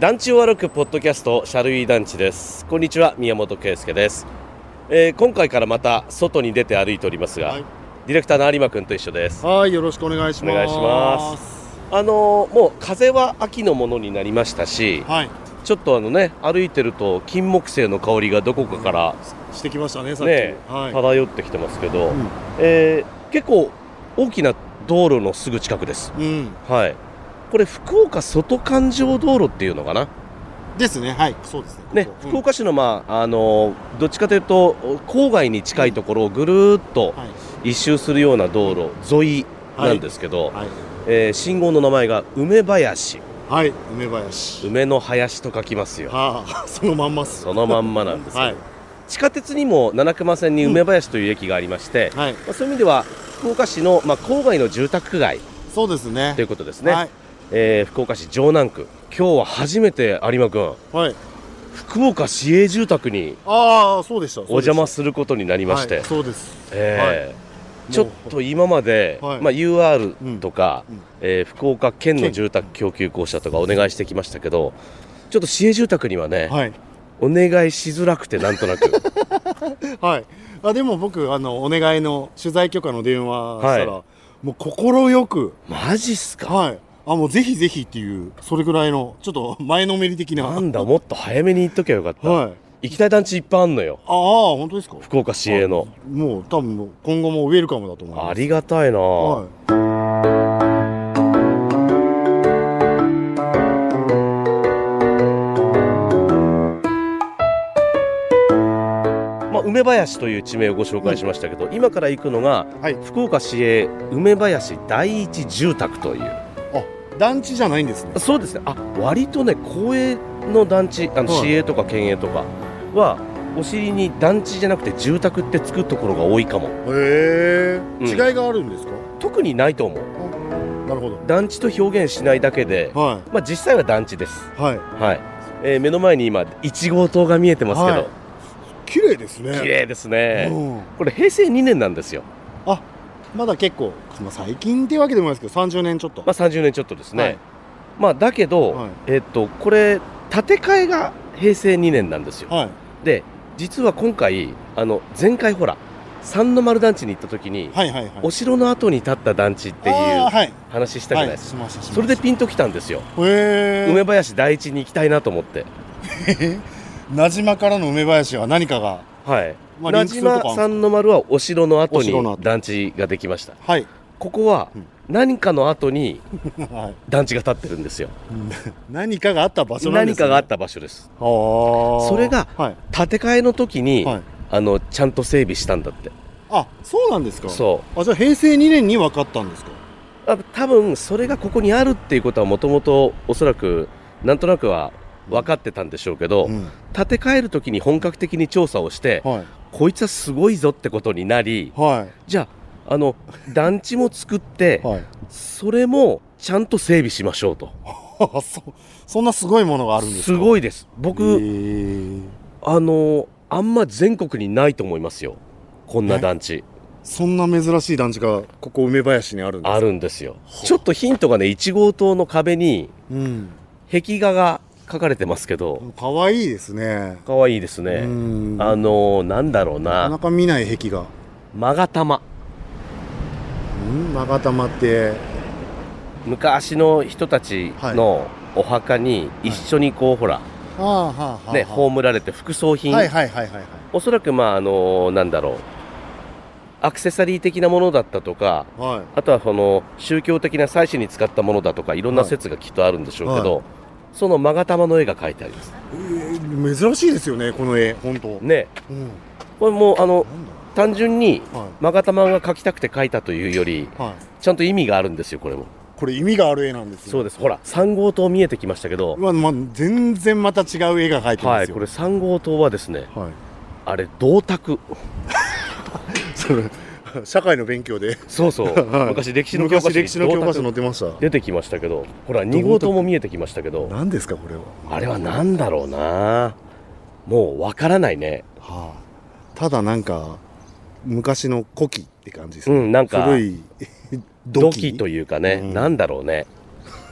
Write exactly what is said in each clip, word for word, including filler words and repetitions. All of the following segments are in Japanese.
団地を歩くポッドキャストシャルイ団地です。こんにちは、宮本圭介です。えー、今回からまた外に出て歩いておりますが、はい、ディレクターの有馬くんと一緒です。 はい、よろしくお願いします。 お願いします。あのー、もう風は秋のものになりましたし、はい、ちょっとあのね歩いてると金木犀の香りがどこかから、 うん、してきましたね、さっきね、はい、漂ってきてますけど、うん、えー、結構大きな道路のすぐ近くです、うん、はい。これ福岡外環状道路っていうのかなですね。はい、そうですね。 ね、うん、福岡市の、まあ、あのどっちかというと郊外に近いところをぐるーっと一周するような道路沿いなんですけど、はいはい、えー、信号の名前が梅林。はい、 梅林。 梅の林と書きますよ。 はあ、そのまんまっす。 そのまんまなんですよ、はい、地下鉄にも七熊線に梅林という駅がありまして、うん、はい、まあ、そういう意味では福岡市の、まあ、郊外の住宅街、 そうですね、 ということですね、はい、えー、福岡市城南区、今日は初めて有馬くん、はい、福岡市営住宅にお邪魔することになりまして、 はい、そうです、 えーはい、ちょっと今まで、はい、まあ、ユーアール とか、うん、えー、福岡県の住宅供給公社とかお願いしてきましたけど、ちょっと市営住宅にはね、はい、お願いしづらくて、なんとなくはい、あでも僕あのお願いの取材許可の電話したら、はい、もう心よく、 マジっすか、 はい、あもうぜひぜひっていう、それぐらいのちょっと前のめり的な、 なんだもっと早めに言っときゃよかった、はい、行きたい団地いっぱいあんのよ。 ああ本当ですか。 福岡市営のもう多分今後もウェルカムだと思います。 ありがたいな、はい、まあ、梅林という地名をご紹介しましたけど、うん、今から行くのが、はい、福岡市営梅林第一住宅という、 あ団地じゃないんですね。 そうですね。あ割とね公営の団地、あの市営とか県営とかはお尻に団地じゃなくて住宅ってつくところが多いかも。へえ、うん、違いがあるんですか。 特にないと思う。 なるほど。 団地と表現しないだけで、はい、まあ、実際は団地です。はい、はい、えー、目の前に今いち号棟が見えてますけど、はい、 綺麗ですね。 綺麗ですね、うん、これへいせいにねんなんですよ。 あまだ結構、まあ、最近っていうわけでもないですけどさんじゅうねんちょっと、 まあ、さんじゅうねんちょっとですね、はい、まあ、だけど、はい、えー、っとこれ建て替えがへいせいにねんなんですよ、はい、で実は今回あの前回ほら三の丸団地に行った時に、はいはいはい、お城の後に建った団地っていう話したじゃないですか、はいはい、それでピンときたんですよ。へ梅林第一に行きたいなと思って名島からの梅林は何かが、はい、 まあ、名島三の丸はお城の後に団地ができました、はい、ここは何かの後に団地が建ってるんですよ何かがあった場所なんですね。 何かがあった場所です。それが建て替えの時に、はい、あのちゃんと整備したんだって。 あ、そうなんですか。 そう。 あ、じゃあへいせいにねんに分かったんですか。 あ、多分それがここにあるっていうことはもともとおそらくなんとなくは分かってたんでしょうけど、うん、建て替える時に本格的に調査をして、はい、こいつはすごいぞってことになり、はい、じゃああの団地も作って、はい、それもちゃんと整備しましょうとそ, そんなすごいものがあるんですか。 すごいです。僕あのあんま全国にないと思いますよ、こんな団地。 そんな珍しい団地がここ梅林にあるんですか。 あるんですよ。ちょっとヒントがね、いち号棟の壁に壁画が書かれてますけど、 かわいいですね。 かわいいですね。あのなんだろうな、 なかなか見ない壁画。 勾玉。 ん勾玉って昔の人たちのお墓に一緒にこう、はい、ほら、はあね、葬られて副葬品、はいはいはいはいはい、おそらくまああのなんだろう、アクセサリー的なものだったとか、はい、あとはその宗教的な祭祀に使ったものだとか、いろんな説がきっとあるんでしょうけど、はい、その勾玉の絵が描いてあります。 えー、珍しいですよね、この絵。本当ね、 うん、これもうあの単純に勾玉が描きたくて描いたというより、はい、ちゃんと意味があるんですよ。これもこれ意味がある絵なんですよ。 そうです。ほらさん号棟見えてきましたけど、 まあまあ、全然また違う絵が描いてるんですよ、はい、 これさん号棟はですね、はい、あれ銅鐸それ社会の勉強でそうそう、はい、昔歴史の教科書歴史の教科書載ってました。 出てきましたけど、ほらに号棟も見えてきましたけど、 何ですかこれは。あれは何だろうな、もうわからないね、はあ、ただなんか昔の古希って感じですね。 うん、なんか古い土器というかね、うん、なんだろうね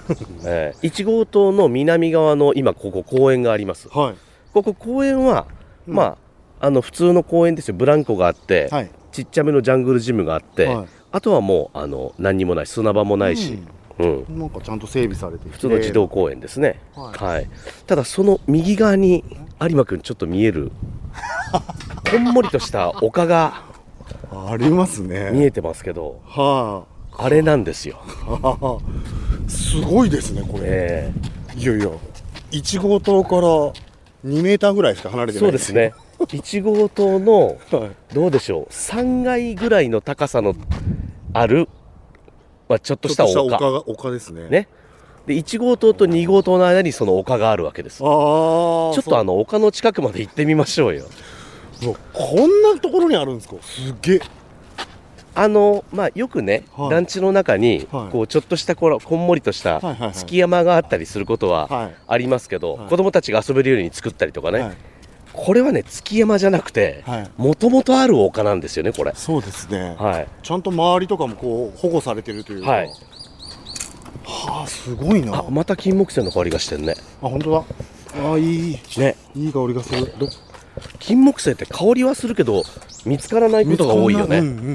えー、いち号棟の南側の今ここ公園があります、はい、ここ公園は、うん、まああの普通の公園ですよ。ブランコがあって、はい、ちっちゃめのジャングルジムがあって、はい、あとはもうあの何にもない砂場もないし、うんうん、 なんかちゃんと整備されて普通の児童公園ですね、はいはい、ただその右側に有馬くんちょっと見えるこんもりとした丘がありますね。 見えてますけど、はあ、あれなんですよ。 すごいですねこれ、えー、いやいやいち号棟からにメーターぐらいしか離れてない。 そうですねいち号棟の、はい、どうでしょうさん階ぐらいの高さのある、まあ、ちょっとした丘、 ちょっとした丘が丘ですね。 ねでいち号棟とに号棟の間にその丘があるわけです。あちょっとあの丘の近くまで行ってみましょうよ。 もうこんなところにあるんですか。すげえ。 あのまあ、よくね、はい、団地の中に、はい、こうちょっとしたここんもりとした築山があったりすることはありますけど、はいはい、子どもたちが遊べるように作ったりとかね、はい、これはね築山じゃなくてもともとある丘なんですよねこれ。 そうですね、はい、ちゃんと周りとかもこう保護されてるというか、はい、はあすごいな。 あまた金木犀の香りがしてるね。 あ本当だ。あいいね、いい香りがする。 金木犀って香りはするけど見つからないことが多いよね、うんうんうんうん、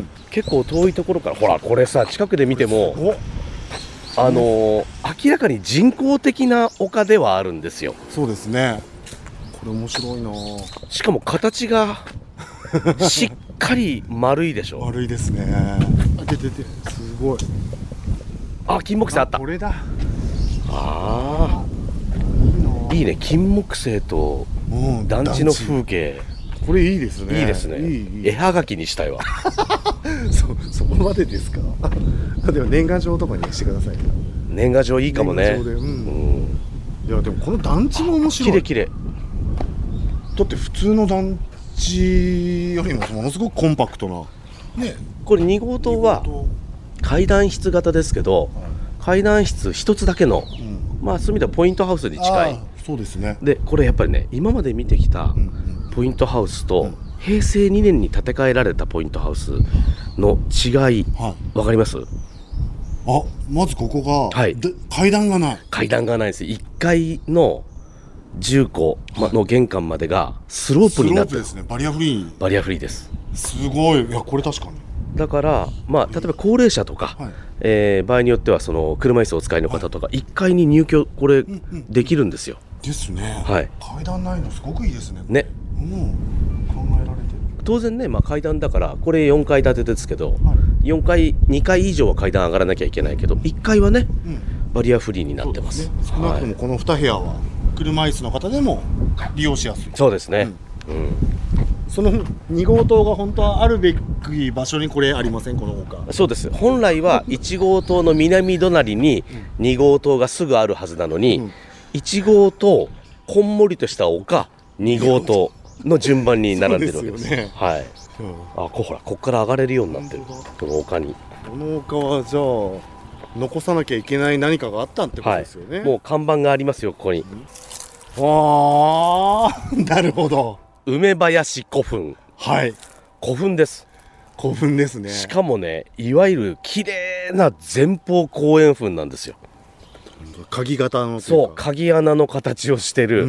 結構遠いところからほらこれさ近くで見てもあのー、明らかに人工的な丘ではあるんですよ。 そうですねこれ面白いな。 しかも形がしっかり丸いでしょ。 丸いですね。あてててすごい。 あ金木犀あった。 これだ。 ああいいね金木犀と団地の風景、 うん、これいいですね。 いいですね。いいいい絵はがきにしたいわそ, そこまでですかでも年賀状とかにしてください。 年賀状いいかもね。年賀状で、うんうん、いやでもこの団地も面白い。 きれいきれい。 だって普通の団地よりもものすごくコンパクトな、 ね、これに号棟は階段室型ですけど、はい、階段室一つだけの、うん、まあそういう意味ではポイントハウスに近い。 そうですね。 でこれやっぱりね今まで見てきたポイントハウスと、うんうん、平成にねんに建て替えられたポイントハウスの違い、はい、分かります？ あまずここが、はい、階段がない階段がないです。いっかいの住戸の玄関までがスロープになってる。 スロープですね。バリアフリー。 バリアフリーです。 すごい。いやこれ確かにだからまあ例えば高齢者とか、はいえー、場合によってはその車椅子をお使いの方とか、はい、いっかいに入居これできるんですよ。 ですね、 はい、 階段ないのすごくいいですね。 ね、 うん、考えられてる。 当然ね、まあ、階段だからこれよんかい建てですけど、はい、よんかいにかい以上は階段上がらなきゃいけないけどいっかいはね、うん、バリアフリーになってます。 少なくともこのに部屋は車椅子の方でも利用しやすい。 そうですね、うんうん、 そのに号棟が本当はあるべき場所にこれありませんこの丘。 そうです。本来はいち号棟の南隣にに号棟がすぐあるはずなのに、うん、いち号棟こんもりとした丘に号棟の順番に並んでるわけです。そうですよね。はい、うん、あこほらここから上がれるようになってるこの丘に。 この丘はじゃあ残さなきゃいけない何かがあったってことですよね、 はい、もう看板がありますよここに。 ああなるほど。 梅林古墳。はい古墳です。 古墳ですね。 しかもねいわゆる綺麗な前方後円墳なんですよ。 鍵型のそう鍵穴の形をしてる、うん、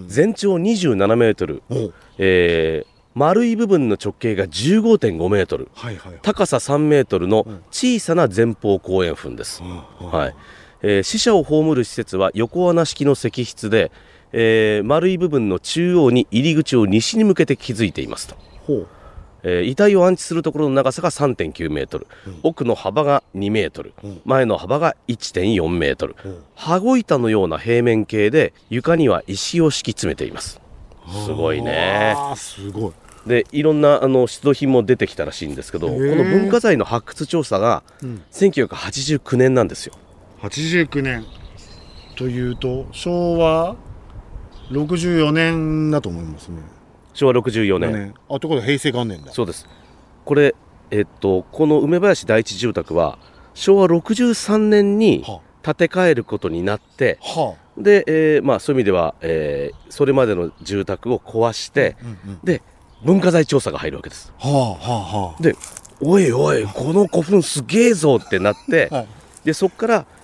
全長にじゅうななメートル、えー、丸い部分の直径が じゅうごてんごメートル、はいはいはい、高ささんメートルの小さな前方後円墳です、うんはいえー、死者を葬る施設は横穴式の石室で、えー、丸い部分の中央に入り口を西に向けて築いていますと。ほうえー、遺体を安置するところの長さが さんてんきゅうメートル、うん、奥の幅がにメートル、うん、前の幅が いってんよんメートル、うん、羽子板のような平面形で床には石を敷き詰めています。すごいね。 すごい。 でいろんなあの出土品も出てきたらしいんですけど、この文化財の発掘調査がせんきゅうひゃくはちじゅうきゅうねんなんですよ。 はちじゅうきゅうねんというと昭和ろくじゅうよねんだと思いますね。 しょうわろくじゅうよねん。 ね、あところ平成元年だ。 そうです。これ、えっと、この梅林第一住宅はしょうわろくじゅうさんねんに建て替えることになって、はあ、で、えーまあ、そういう意味では、えー、それまでの住宅を壊して、うんうんうん、で文化財調査が入るわけです。はあはあはあ、でおいおいこの古墳すげえぞってなって、はい、でそこから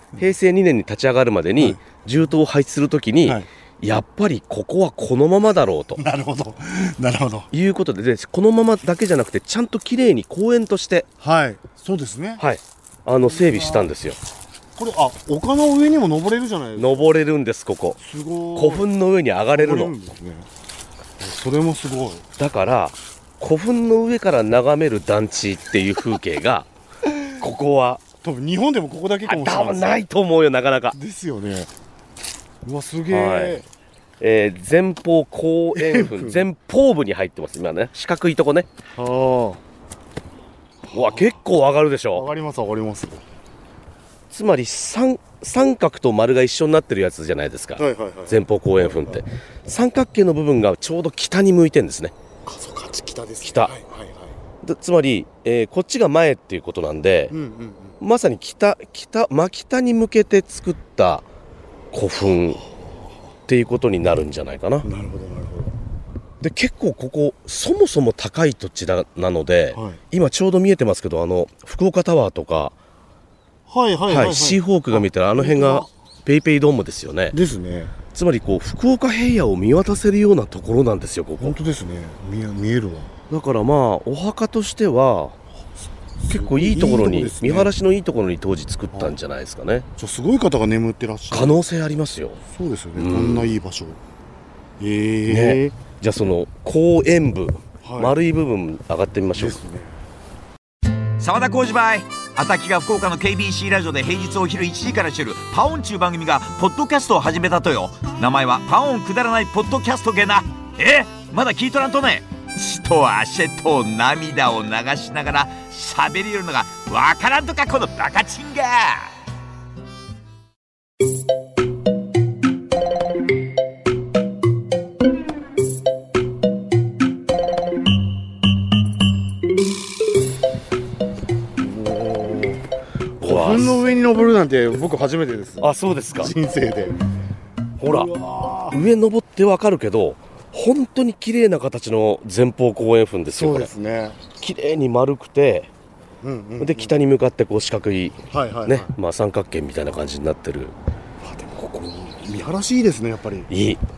へいせいにねんに立ち上がるまでに銃刀を配置するときに、はい、やっぱりここはこのままだろうとなるほどなるほどいうこと で, でこのままだけじゃなくてちゃんときれいに公園としてはいそうですねはいあの整備したんですよ。 これあ丘の上にも登れるじゃないですか。 登れるんです。ここすごい古墳の上に上がれるのるんです、ね、それもすごい。 だから古墳の上から眺める団地っていう風景がここは多分日本でもここだけかもしれない。 多分ないと思うよなかなか。 ですよね。うわすげえ、はいえー、前方後円墳前方部に入ってます今ね。四角いとこね。はあ、うわ結構上がるでしょ。 上がります上がります。 つまり 三, 三角と丸が一緒になってるやつじゃないですか、はいはいはい、前方後円墳って、はいはい、三角形の部分がちょうど北に向いてるんですね。 あそうか北ですね。 北、はいはいはい、つまり、えー、こっちが前っていうことなんで、うんうんうん、まさに北北真北に向けて作った古墳っていうことになるんじゃないかな。 なるほどなるほど。 で結構ここそもそも高い土地だなので、はい、今ちょうど見えてますけどあの福岡タワーとかはいはいはいはい、 シーホークが見たらあの辺がペイペイドームですよね。 ですね。 つまりこう福岡平野を見渡せるようなところなんですよここ。 本当ですね。 見, 見えるわ。 だからまあお墓としては結構いいところにいいところですね。見晴らしのいいところに当時作ったんじゃないですかね。 じゃあすごい方が眠ってらっしゃる可能性ありますよ。 そうですよね、うん、こんないい場所。えーね、じゃあその後円部、はい、丸い部分上がってみましょう。 沢田浩司バイあたきが福岡の ケービーシー ラジオで平日お昼いちじからしてるパオンちゅう番組がポッドキャストを始めたとよ。名前はパオンくだらないポッドキャストげな。えまだ聞いとらんとね。血と汗と涙を流しながら喋りよるのがわからんとかこのバカチンが。 古墳の上に登るなんて僕初めてです。 あ、そうですか。 人生で。 ほら上登ってわかるけど本当に綺麗な形の前方後円墳ですよ。 そうですね。 綺麗に丸くて、うんうんうん、で北に向かってこう四角い、はいはいはい、ね、まあ三角形みたいな感じになってる。 あでもここ見晴らしいいですねやっぱり。 いい。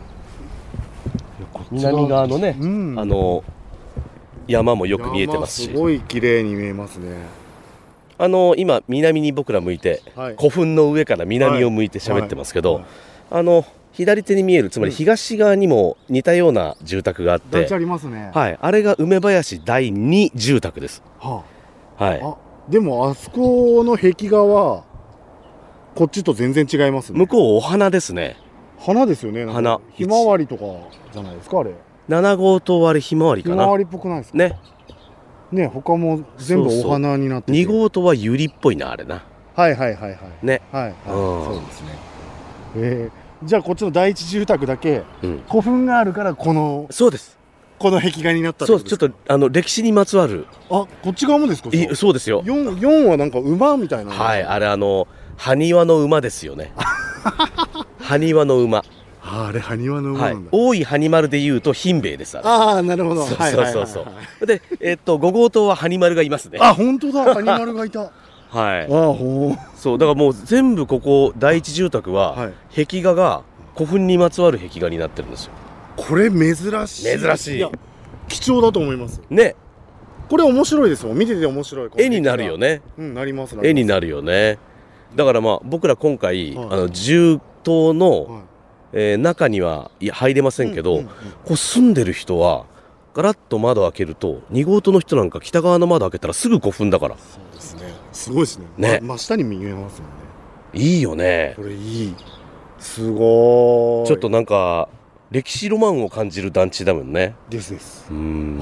南側のね、うん、あの山もよく見えてますし。 すごい綺麗に見えますね。 あの今南に僕ら向いて、はい、古墳の上から南を向いて喋ってますけど、はいはいはい、あの左手に見えるつまり東側にも似たような住宅があって、 うん、ありますね。 はい、あれが梅林だいに住宅です。はあ、はい。あでもあそこの壁画はこっちと全然違いますね。 向こうお花ですね。 花ですよね。 花ひまわりとかじゃないですかあれ。 なな号棟あれひまわりかな。 ひまわりっぽくないですかね。ね他も全部お花になってて。 に号棟はユリっぽいなあれな。 はいはいはいはい。 ね。 はい、はい、そうですね。えー、じゃあこっちの第一住宅だけ、うん、古墳があるからこのそうですこの壁画になったってことですか。 そうちょっとあの歴史にまつわる。 あこっち側もですか。 いそうですよ。 4, 4はなんか馬みたいな。 はいあれあの埴輪の馬ですよね。埴輪の馬。 あ, あれ埴輪の馬なんだ、はい、 大井埴丸でいうとヒンベイです。ああなるほど。 そうそうそうそう。でえー、っとご号棟は埴丸がいますね。 あ本当だ埴丸がいた。 はい、あほそうだからもう全部ここ第一住宅は壁画が古墳にまつわる壁画になってるんですよ。 これ珍しい。 珍しい。いや貴重だと思いますね。 これ面白いですもん。見てて面白い。 絵になるよね。 うんなります。 絵になるよね。だからまあ僕ら今回、はい、あの住棟の、はいえー、中にはいや入れませんけど、うんうんうん、こう住んでる人はガラッと窓開けるとに号棟の人なんか北側の窓開けたらすぐ古墳だから。 そうですね。すごいですね。ね、ま、真下に見えますもんね。 いいよね。 これいい。すごい。 ちょっとなんか歴史ロマンを感じる団地だもんね。 ですです。 うーん。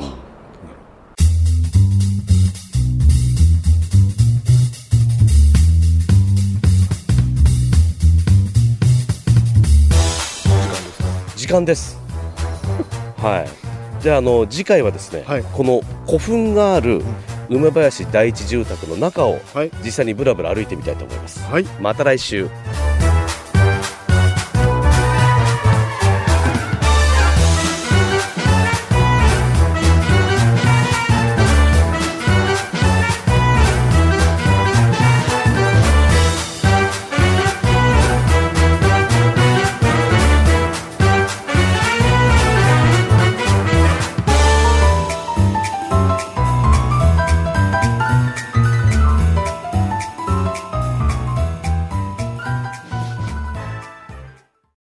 時間です。はい。じゃあ、あの次回はですね、はい、この古墳がある梅林第一住宅の中を実際にブラブラ歩いてみたいと思います。はい、また来週。